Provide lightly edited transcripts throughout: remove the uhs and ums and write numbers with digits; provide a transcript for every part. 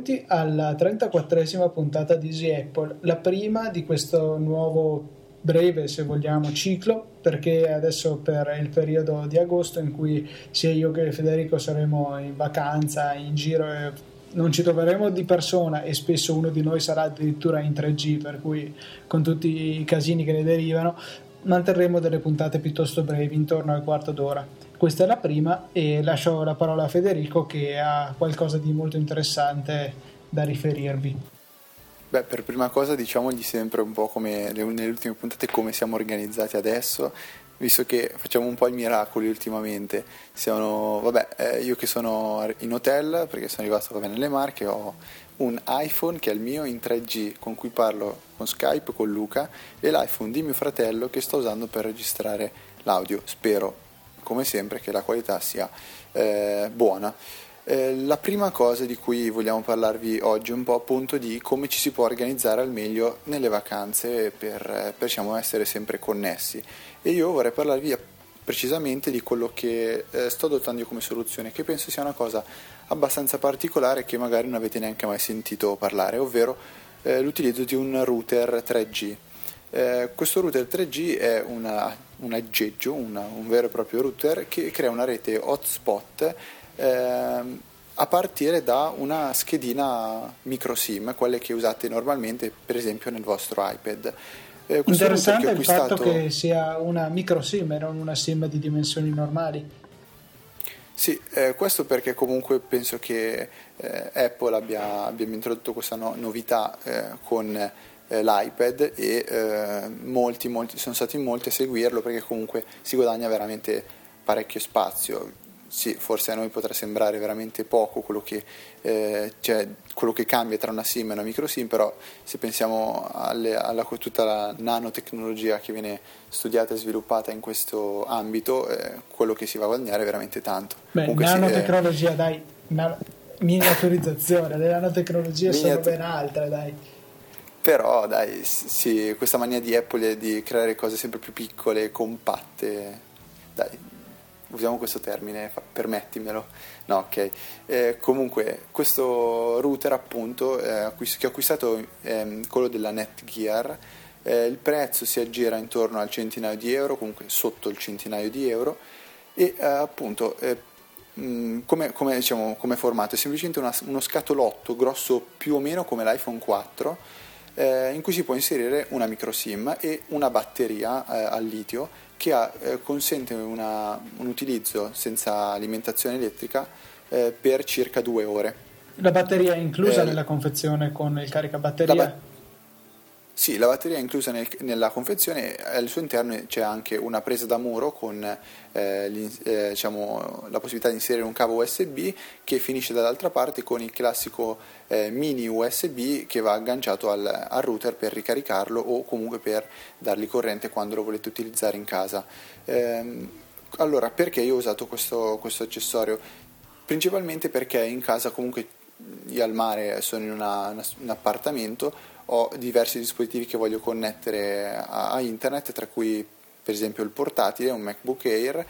benvenuti alla 34esima puntata di Easy Apple, la prima di questo nuovo breve, se vogliamo, ciclo, perché adesso per il periodo di agosto in cui sia io che Federico saremo in vacanza, in giro e non ci troveremo di persona e spesso uno di noi sarà addirittura in 3G, per cui con tutti i casini che ne derivano, manterremo delle puntate piuttosto brevi, intorno al quarto d'ora. Questa è la prima e lascio la parola a Federico che ha qualcosa di molto interessante da riferirvi. Beh, per prima cosa diciamogli sempre un po' come nelle ultime puntate come siamo organizzati adesso, visto che facciamo un po' i miracoli ultimamente. Io che sono in hotel, perché sono arrivato nelle Marche, ho un iPhone che è il mio in 3G con cui parlo con Skype con Luca e l'iPhone di mio fratello che sto usando per registrare l'audio. Spero, come sempre, che la qualità sia buona. La prima cosa di cui vogliamo parlarvi oggi è un po' appunto di come ci si può organizzare al meglio nelle vacanze per diciamo, essere sempre connessi, e io vorrei parlarvi precisamente di quello che sto adottando io come soluzione, che penso sia una cosa abbastanza particolare che magari non avete neanche mai sentito parlare, ovvero l'utilizzo di un router 3G. Questo router 3G è un aggeggio, un vero e proprio router che crea una rete hotspot a partire da una schedina micro SIM, quelle che usate normalmente per esempio nel vostro iPad. Interessante il fatto che sia una micro SIM e non una SIM di dimensioni normali. Sì, questo perché comunque penso che Apple abbiamo introdotto questa novità con l'iPad e molti sono stati molti a seguirlo, perché comunque si guadagna veramente parecchio spazio. Sì, forse a noi potrà sembrare veramente poco quello che cambia tra una SIM e una micro SIM, però se pensiamo alla tutta la nanotecnologia che viene studiata e sviluppata in questo ambito, quello che si va a guadagnare è veramente tanto. Beh, comunque nanotecnologia, dai, miniaturizzazione, le nanotecnologie sono ben altre, dai. Però dai, sì, questa mania di Apple di creare cose sempre più piccole, compatte, dai, usiamo questo termine, permettimelo. No, ok. Comunque, questo router appunto che ho acquistato quello della Netgear, il prezzo si aggira intorno al centinaio di euro, comunque sotto il centinaio di euro, e appunto come formato è semplicemente uno scatolotto grosso più o meno come l'iPhone 4, in cui si può inserire una micro SIM e una batteria al litio che consente un utilizzo senza alimentazione elettrica per circa 2 ore. La batteria è inclusa nella confezione con il caricabatteria? Sì, la batteria è inclusa nella confezione, al suo interno c'è anche una presa da muro con la possibilità di inserire un cavo USB che finisce dall'altra parte con il classico mini USB che va agganciato al router per ricaricarlo o comunque per dargli corrente quando lo volete utilizzare in casa. Allora, perché io ho usato questo accessorio? Principalmente perché in casa comunque io al mare sono in un appartamento, ho diversi dispositivi che voglio connettere a internet, tra cui per esempio il portatile, un MacBook Air,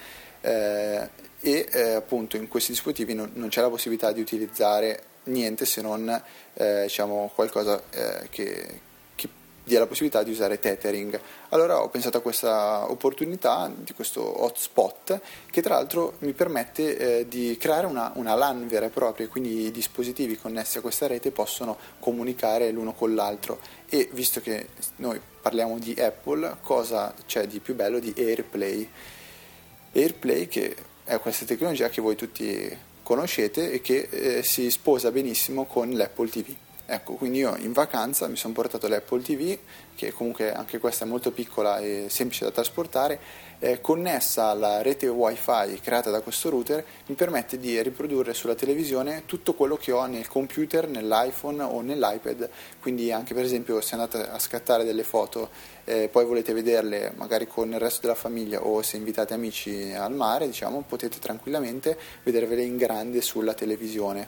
appunto in questi dispositivi non c'è la possibilità di utilizzare niente se non qualcosa che dia la possibilità di usare tethering. Allora ho pensato a questa opportunità di questo hotspot che tra l'altro mi permette di creare una LAN vera e propria, quindi i dispositivi connessi a questa rete possono comunicare l'uno con l'altro, e visto che noi parliamo di Apple, cosa c'è di più bello di AirPlay, che è questa tecnologia che voi tutti conoscete e che si sposa benissimo con l'Apple TV. Ecco, quindi io in vacanza mi sono portato l'Apple TV, che comunque anche questa è molto piccola e semplice da trasportare, connessa alla rete wifi creata da questo router, mi permette di riprodurre sulla televisione tutto quello che ho nel computer, nell'iPhone o nell'iPad, quindi anche per esempio se andate a scattare delle foto poi volete vederle magari con il resto della famiglia o se invitate amici al mare, diciamo, potete tranquillamente vedervele in grande sulla televisione.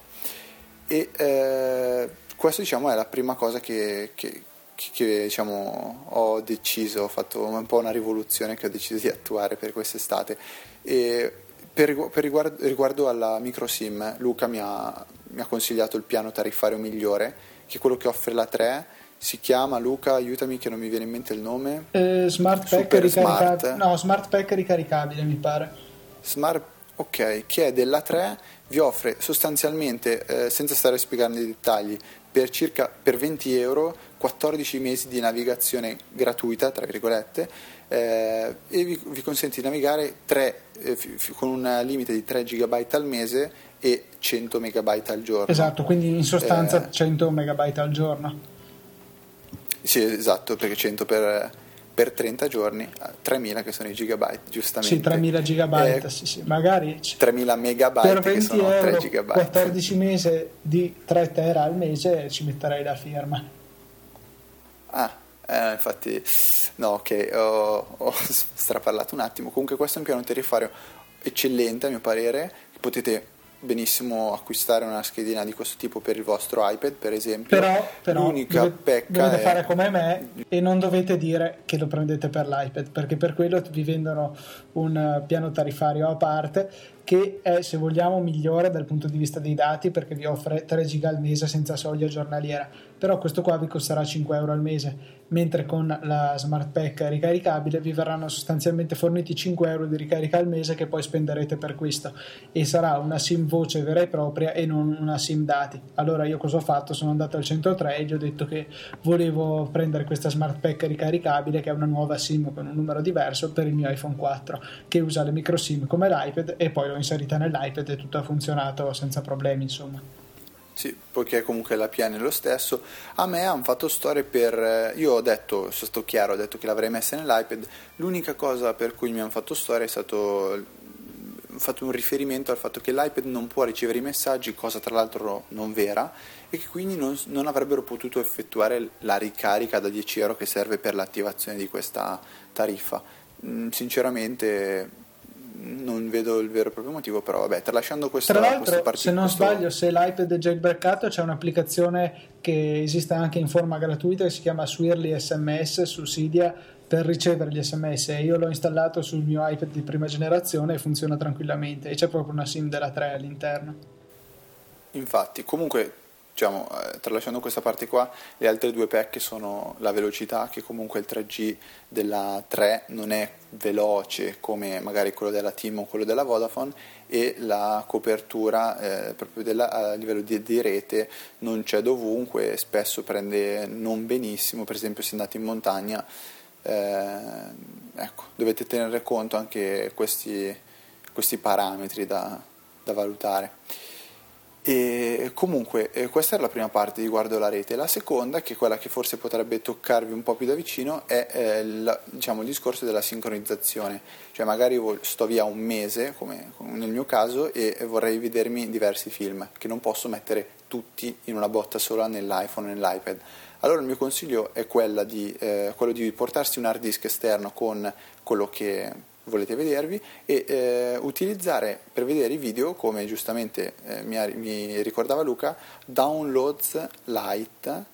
E questo diciamo è la prima cosa che diciamo ho deciso, ho fatto un po' una rivoluzione che ho deciso di attuare per quest'estate, e riguardo alla micro SIM, Luca mi ha consigliato il piano tariffario migliore, che è quello che offre la 3. Si chiama, Luca, aiutami che non mi viene in mente il nome. Smart Pack Smart Pack ricaricabile, mi pare. Smart, ok, che è della 3, vi offre sostanzialmente, senza stare a spiegare nei dettagli, per 20 euro 14 mesi di navigazione gratuita, tra virgolette, e vi consente di navigare con un limite di 3 GB al mese e 100 MB al giorno. Esatto, quindi in sostanza 100 MB al giorno. Sì, esatto, perché 100 per 30 giorni, 3000 che sono i gigabyte, giustamente. Sì, 3000 gigabyte, sì, magari 3000 megabyte per 20 che sono euro, 3 gigabyte. 14 mesi di 3 tera al mese ci metterei la firma. Infatti, no, ok, ho straparlato un attimo. Comunque questo è un piano tariffario eccellente a mio parere, potete benissimo acquistare una schedina di questo tipo per il vostro iPad, per esempio. Però l'unica pecca dovete fare come me e non dovete dire che lo prendete per l'iPad, perché per quello vi vendono un piano tariffario a parte che è, se vogliamo, migliore dal punto di vista dei dati, perché vi offre 3 giga al mese senza soglia giornaliera, però questo qua vi costerà 5 euro al mese, mentre con la Smart Pack ricaricabile vi verranno sostanzialmente forniti 5 euro di ricarica al mese che poi spenderete per questo, e sarà una SIM voce vera e propria e non una SIM dati. Allora io cosa ho fatto? Sono andato al 103 e gli ho detto che volevo prendere questa Smart Pack ricaricabile, che è una nuova SIM con un numero diverso per il mio iPhone 4, che usa le micro SIM come l'iPad, e poi l'ho inserita nell'iPad e tutto ha funzionato senza problemi, insomma. Sì, poiché comunque l'APN è lo stesso. A me hanno fatto storie io ho detto, sono stato chiaro, ho detto che l'avrei messa nell'iPad. L'unica cosa per cui mi hanno fatto storia è stato fatto un riferimento al fatto che l'iPad non può ricevere i messaggi, cosa tra l'altro non vera, e che quindi non avrebbero potuto effettuare la ricarica da 10 euro che serve per l'attivazione di questa tariffa. Sinceramente non vedo il vero e proprio motivo, però vabbè, tralasciando questo. Tra l'altro, se non sbaglio, se l'iPad è jailbreakato, c'è un'applicazione che esiste anche in forma gratuita che si chiama Swirly SMS su Cydia per ricevere gli SMS, e io l'ho installato sul mio iPad di prima generazione e funziona tranquillamente, e c'è proprio una SIM della 3 all'interno. Infatti, comunque, diciamo, tralasciando questa parte qua, le altre due pecche sono la velocità, che comunque il 3G della 3 non è veloce come magari quello della TIM o quello della Vodafone, e la copertura proprio a livello di rete non c'è dovunque, spesso prende non benissimo, per esempio se andate in montagna, ecco, dovete tenere conto anche questi parametri da valutare. E comunque questa era la prima parte riguardo la rete. La seconda, che è quella che forse potrebbe toccarvi un po' più da vicino, è diciamo, il discorso della sincronizzazione. Cioè magari sto via un mese, come nel mio caso, e vorrei vedermi diversi film che non posso mettere tutti in una botta sola nell'iPhone o nell'iPad. Allora il mio consiglio è quello di portarsi un hard disk esterno con quello che volete vedervi, e utilizzare per vedere i video, come giustamente mi ricordava Luca, Downloads Lite,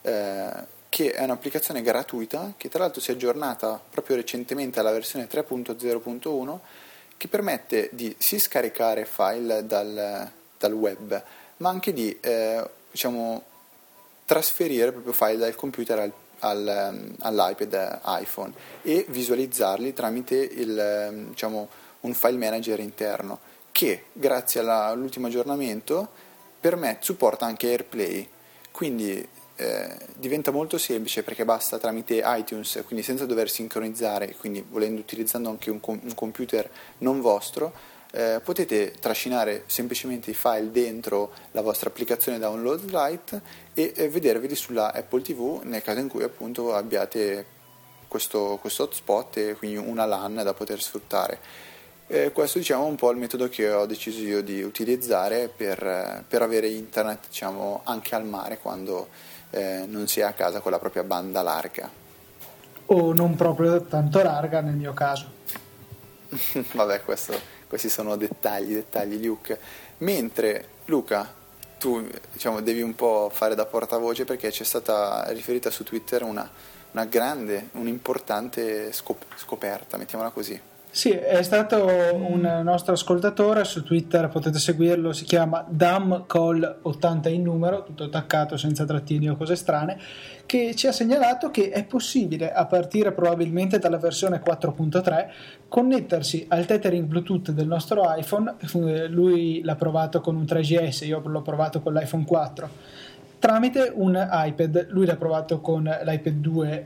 che è un'applicazione gratuita che tra l'altro si è aggiornata proprio recentemente alla versione 3.0.1, che permette di sì scaricare file dal web, ma anche di diciamo trasferire proprio file dal computer all'iPad iPhone e visualizzarli tramite diciamo, un file manager interno, che grazie all'ultimo aggiornamento supporta anche AirPlay, quindi diventa molto semplice, perché basta tramite iTunes, quindi senza dover sincronizzare, quindi utilizzando anche un computer non vostro, potete trascinare semplicemente i file dentro la vostra applicazione Download Lite e vederveli sulla Apple TV, nel caso in cui appunto abbiate questo hotspot e quindi una LAN da poter sfruttare. Questo diciamo è un po' il metodo che ho deciso io di utilizzare per avere internet, diciamo, anche al mare quando non si è a casa con la propria banda larga, o non proprio tanto larga nel mio caso. Vabbè, questi sono dettagli Luke. Mentre Luca, tu diciamo devi un po' fare da portavoce, perché c'è stata riferita su Twitter una grande, un'importante scoperta, mettiamola così. Sì, è stato un nostro ascoltatore, su Twitter potete seguirlo, si chiama damcall80 in numero, tutto attaccato senza trattini o cose strane, che ci ha segnalato che è possibile, a partire probabilmente dalla versione 4.3, connettersi al tethering Bluetooth del nostro iPhone. Lui l'ha provato con un 3GS, io l'ho provato con l'iPhone 4, tramite un iPad. Lui l'ha provato con l'iPad 2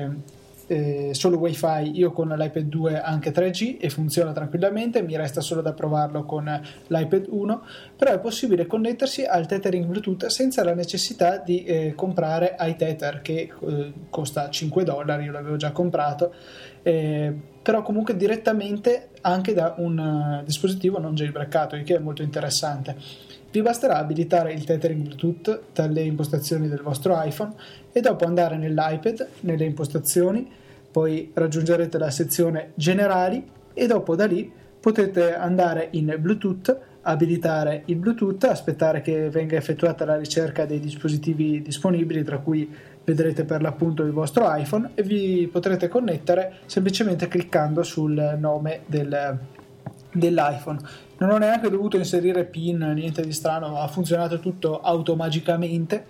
solo wifi, io con l'iPad 2 anche 3G e funziona tranquillamente. Mi resta solo da provarlo con l'iPad 1, però è possibile connettersi al tethering Bluetooth senza la necessità di comprare iTether, che costa $5, io l'avevo già comprato, però comunque direttamente anche da un dispositivo non jailbreakato, il che è molto interessante. Vi basterà abilitare il tethering Bluetooth dalle impostazioni del vostro iPhone e dopo andare nell'iPad, nelle impostazioni, poi raggiungerete la sezione generali e dopo da lì potete andare in Bluetooth, abilitare il Bluetooth, aspettare che venga effettuata la ricerca dei dispositivi disponibili, tra cui vedrete per l'appunto il vostro iPhone, e vi potrete connettere semplicemente cliccando sul nome dell'iPhone. Non ho neanche dovuto inserire PIN, niente di strano, ha funzionato tutto automagicamente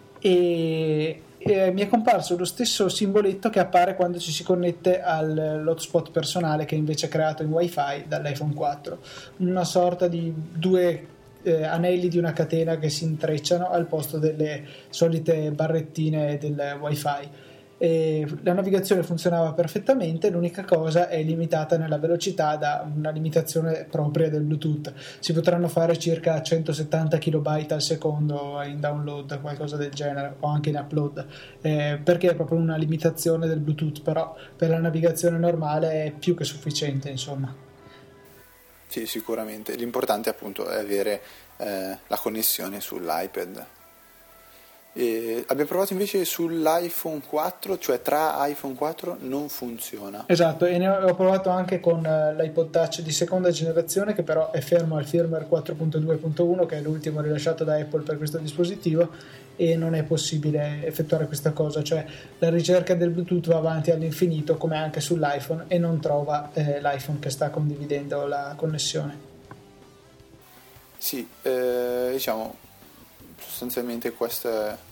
e mi è comparso lo stesso simboletto che appare quando ci si connette all'hotspot personale, che è invece creato in wifi dall'iPhone 4, una sorta di due anelli di una catena che si intrecciano al posto delle solite barrettine del wifi. E la navigazione funzionava perfettamente, l'unica cosa è limitata nella velocità da una limitazione propria del Bluetooth. Si potranno fare circa 170 kB al secondo in download, qualcosa del genere, o anche in upload, perché è proprio una limitazione del Bluetooth, però per la navigazione normale è più che sufficiente, insomma. Sì, sicuramente. L'importante appunto è avere la connessione sull'iPad. Abbiamo provato invece sull'iPhone 4, cioè tra iPhone 4 non funziona. Esatto, e ne ho provato anche con l'iPod Touch di seconda generazione, che però è fermo al firmware 4.2.1, che è l'ultimo rilasciato da Apple per questo dispositivo, e non è possibile effettuare questa cosa, cioè la ricerca del Bluetooth va avanti all'infinito come anche sull'iPhone e non trova l'iPhone che sta condividendo la connessione. Sì, diciamo sostanzialmente questo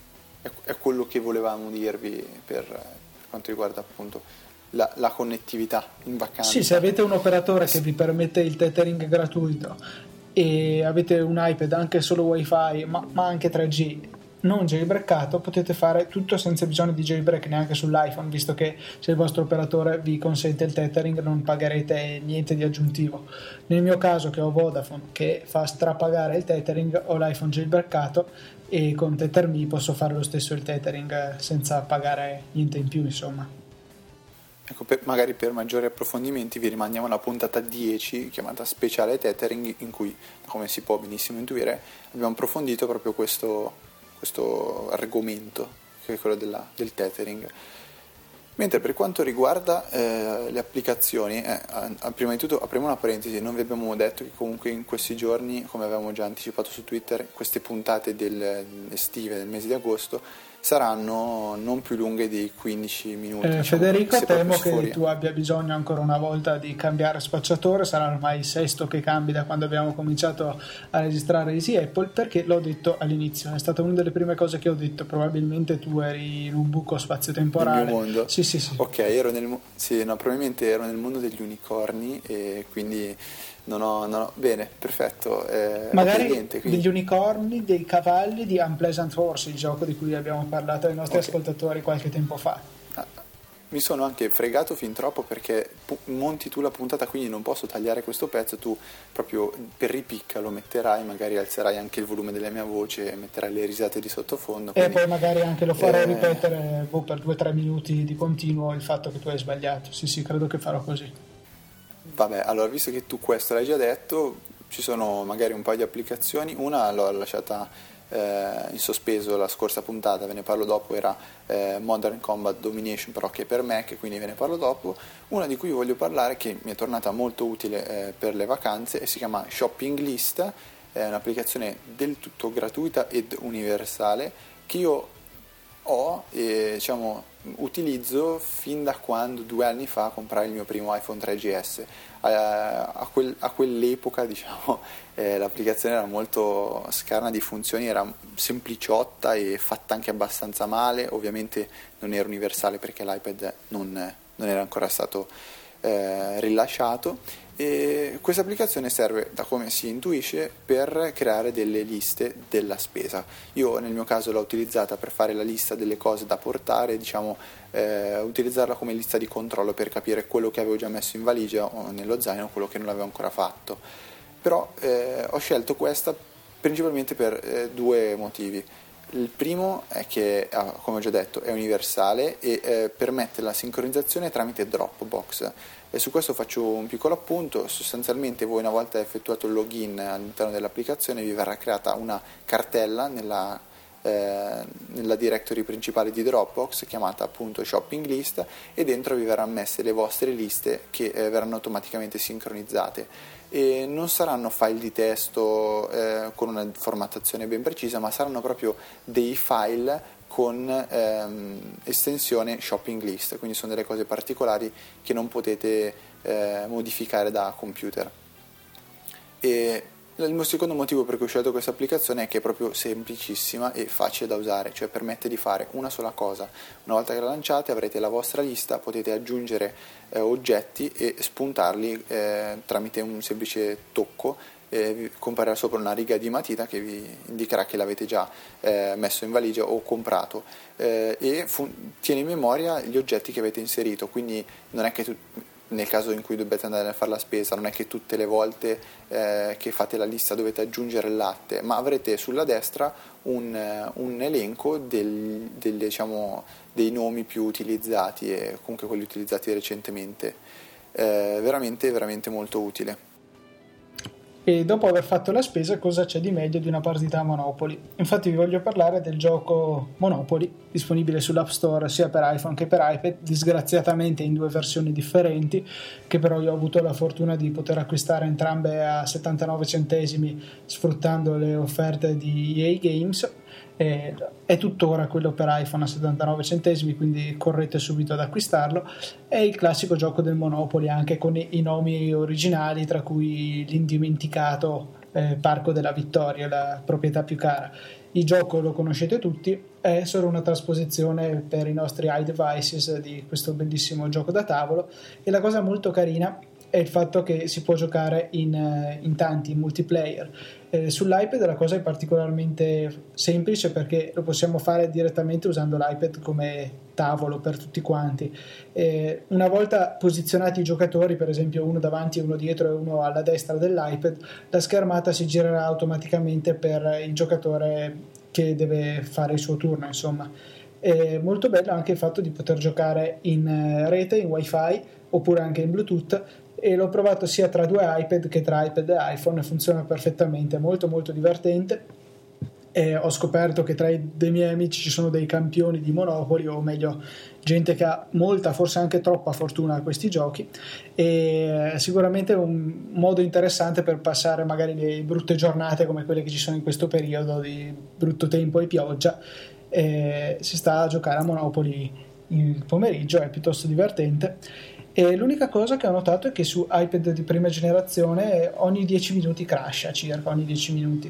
è quello che volevamo dirvi per quanto riguarda appunto la connettività in vacanza. Sì, se avete un operatore che vi permette il tethering gratuito e avete un iPad anche solo wifi ma anche 3G non jailbreakato, potete fare tutto senza bisogno di jailbreak neanche sull'iPhone, visto che se il vostro operatore vi consente il tethering non pagherete niente di aggiuntivo. Nel mio caso, che ho Vodafone che fa strapagare il tethering, ho l'iPhone jailbreakato e con TetherMe posso fare lo stesso il tethering senza pagare niente in più, insomma. Ecco, magari per maggiori approfondimenti vi rimandiamo alla puntata 10 chiamata Speciale Tethering, in cui, come si può benissimo intuire, abbiamo approfondito proprio questo argomento, che è quello del tethering. Mentre per quanto riguarda le applicazioni, prima di tutto apriamo una parentesi: non vi abbiamo detto che comunque in questi giorni, come avevamo già anticipato su Twitter, queste puntate estive del mese di agosto saranno non più lunghe di 15 minuti. Diciamo, Federico, temo che tu abbia bisogno ancora una volta di cambiare spacciatore, sarà ormai il sesto che cambi da quando abbiamo cominciato a registrare Easy Apple, perché l'ho detto all'inizio, è stata una delle prime cose che ho detto, probabilmente tu eri in un buco spazio-temporale. Nel mio mondo? Sì. Ok, probabilmente ero nel mondo degli unicorni e quindi non ho bene, perfetto. Magari niente, degli unicorni, dei cavalli di Unpleasant Horse, il gioco di cui abbiamo parlato ai nostri ascoltatori qualche tempo fa. Mi sono anche fregato fin troppo perché monti tu la puntata, quindi non posso tagliare questo pezzo. Tu proprio per ripicca lo metterai, magari alzerai anche il volume della mia voce e metterai le risate di sottofondo. E poi magari anche lo farò ripetere per 2-3 minuti di continuo il fatto che tu hai sbagliato. Sì, credo che farò così. Vabbè, allora, visto che tu questo l'hai già detto, ci sono magari un paio di applicazioni. Una l'ho lasciata in sospeso la scorsa puntata, ve ne parlo dopo, era Modern Combat Domination, però che per Mac, quindi ve ne parlo dopo. Una di cui voglio parlare, che mi è tornata molto utile per le vacanze, e si chiama Shopping List. È un'applicazione del tutto gratuita ed universale che io utilizzo fin da quando 2 anni fa comprai il mio primo iPhone 3GS. A quell'epoca, diciamo, l'applicazione era molto scarna di funzioni, era sempliciotta e fatta anche abbastanza male. Ovviamente non era universale perché l'iPad non era ancora stato rilasciato, e questa applicazione serve, da come si intuisce, per creare delle liste della spesa. Io nel mio caso l'ho utilizzata per fare la lista delle cose da portare, diciamo, utilizzarla come lista di controllo per capire quello che avevo già messo in valigia o nello zaino, quello che non avevo ancora fatto. Però ho scelto questa principalmente per 2 motivi. Il primo è che, come ho già detto, è universale e permette la sincronizzazione tramite Dropbox. E su questo faccio un piccolo appunto. Sostanzialmente voi, una volta effettuato il login all'interno dell'applicazione, vi verrà creata una cartella nella directory principale di Dropbox chiamata appunto Shopping List, e dentro vi verranno messe le vostre liste che verranno automaticamente sincronizzate. E non saranno file di testo con una formattazione ben precisa, ma saranno proprio dei file con estensione Shopping List, quindi sono delle cose particolari che non potete modificare da computer. E il mio secondo motivo per cui ho scelto questa applicazione è che è proprio semplicissima e facile da usare, cioè permette di fare una sola cosa. Una volta che la lanciate avrete la vostra lista, potete aggiungere oggetti e spuntarli tramite un semplice tocco. Comparirà sopra una riga di matita che vi indicherà che l'avete già messo in valigia o comprato, e tiene in memoria gli oggetti che avete inserito, quindi non è che nel caso in cui dobbiate andare a fare la spesa, non è che tutte le volte che fate la lista dovete aggiungere il latte, ma avrete sulla destra un elenco diciamo, dei nomi più utilizzati e comunque quelli utilizzati recentemente. Veramente, veramente molto utile. E dopo aver fatto la spesa, cosa c'è di meglio di una partita a Monopoly? Infatti vi voglio parlare del gioco Monopoly, disponibile sull'App Store sia per iPhone che per iPad, disgraziatamente in 2 versioni differenti, che però io ho avuto la fortuna di poter acquistare entrambe a 79 centesimi sfruttando le offerte di EA Games. È tuttora quello per iPhone a 79 centesimi, quindi correte subito ad acquistarlo. È il classico gioco del Monopoly, anche con i nomi originali, tra cui l'indimenticato Parco della Vittoria, la proprietà più cara. Il gioco lo conoscete tutti, è solo una trasposizione per i nostri iDevices di questo bellissimo gioco da tavolo, e la cosa molto carina è il fatto che si può giocare in tanti, in multiplayer. Sull'iPad la cosa è particolarmente semplice perché lo possiamo fare direttamente usando l'iPad come tavolo per tutti quanti. Una volta posizionati i giocatori, per esempio uno davanti, uno dietro e uno alla destra dell'iPad, la schermata si girerà automaticamente per il giocatore che deve fare il suo turno, insomma. È molto bello anche il fatto di poter giocare in rete, in wifi, oppure anche in Bluetooth, e l'ho provato sia tra 2 iPad che tra iPad e iPhone, funziona perfettamente, molto molto divertente. E ho scoperto che tra dei miei amici ci sono dei campioni di Monopoly, o meglio gente che ha molta, forse anche troppa fortuna a questi giochi, e sicuramente un modo interessante per passare magari le brutte giornate come quelle che ci sono in questo periodo di brutto tempo e pioggia. Si sta a giocare a Monopoly il pomeriggio, è piuttosto divertente. E l'unica cosa che ho notato è che su iPad di prima generazione ogni 10 minuti crasha, circa ogni 10 minuti,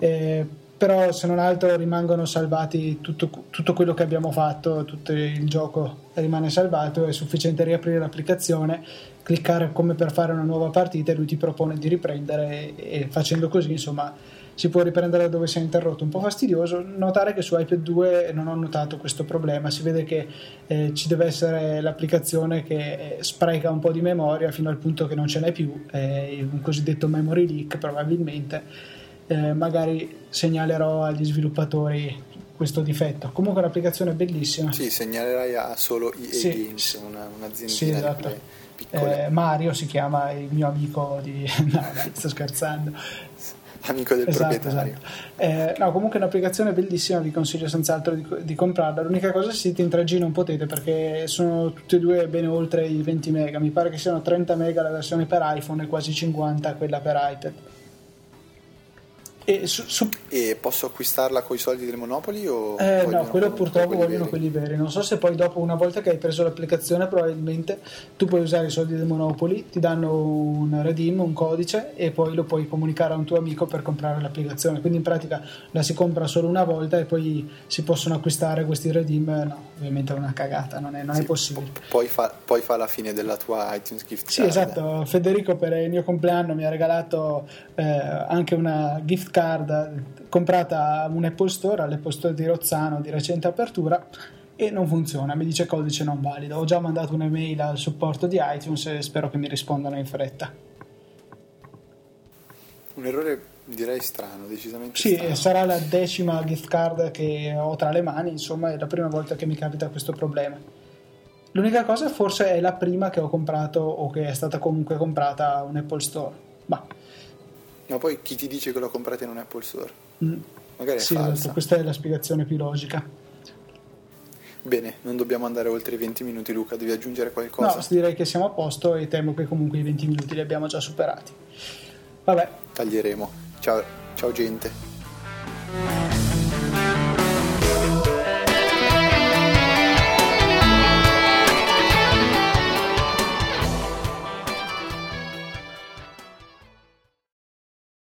però se non altro rimangono salvati tutto quello che abbiamo fatto, tutto il gioco rimane salvato, è sufficiente riaprire l'applicazione, cliccare come per fare una nuova partita e lui ti propone di riprendere, e facendo così insomma si può riprendere da dove si è interrotto. Un po' fastidioso notare che su iPad 2 non ho notato questo problema, si vede che ci deve essere l'applicazione che spreca un po' di memoria fino al punto che non ce n'è più, un cosiddetto memory leak probabilmente. Magari segnalerò agli sviluppatori questo difetto. Comunque è un'applicazione bellissima. Sì, segnalerai a solo EA Games, un'azienda sì, esatto. piccola. Mario si chiama, il mio amico di... no, sto scherzando. Amico del proprietario. Esatto. No, comunque è un'applicazione bellissima, vi consiglio senz'altro di comprarla. L'unica cosa, se siete in 3G non potete, perché sono tutte e due bene oltre i 20 mega, mi pare che siano 30 mega la versione per iPhone e quasi 50 quella per iPad. E posso acquistarla con i soldi del Monopoli o no, quello purtroppo vogliono veri? quelli veri. Non so se poi dopo, una volta che hai preso l'applicazione, probabilmente tu puoi usare i soldi del Monopoli, ti danno un redeem, un codice, e poi lo puoi comunicare a un tuo amico per comprare l'applicazione. Quindi in pratica la si compra solo una volta e poi si possono acquistare questi redeem. No, ovviamente è una cagata, non è possibile. Poi fa la fine della tua iTunes gift Sì, card. esatto. Federico per il mio compleanno mi ha regalato anche una gift card comprata a un Apple Store, all'Apple Store di Rozzano di recente apertura, e non funziona, mi dice codice non valido. Ho già mandato un'email al supporto di iTunes e spero che mi rispondano in fretta. Un errore direi strano, decisamente Sì, strano. sarà la 10ª gift card che ho tra le mani, insomma è la prima volta che mi capita questo problema. L'unica cosa forse è la prima che ho comprato o che è stata comunque comprata a un Apple Store. Ma poi chi ti dice che l'ho comprata in un Apple Store? Magari è sì, falsa. esatto, questa è la spiegazione più logica. Bene, non dobbiamo andare oltre i 20 minuti, Luca, devi aggiungere qualcosa? No, direi che siamo a posto e temo che comunque i 20 minuti li abbiamo già superati. Vabbè. Taglieremo. Ciao gente.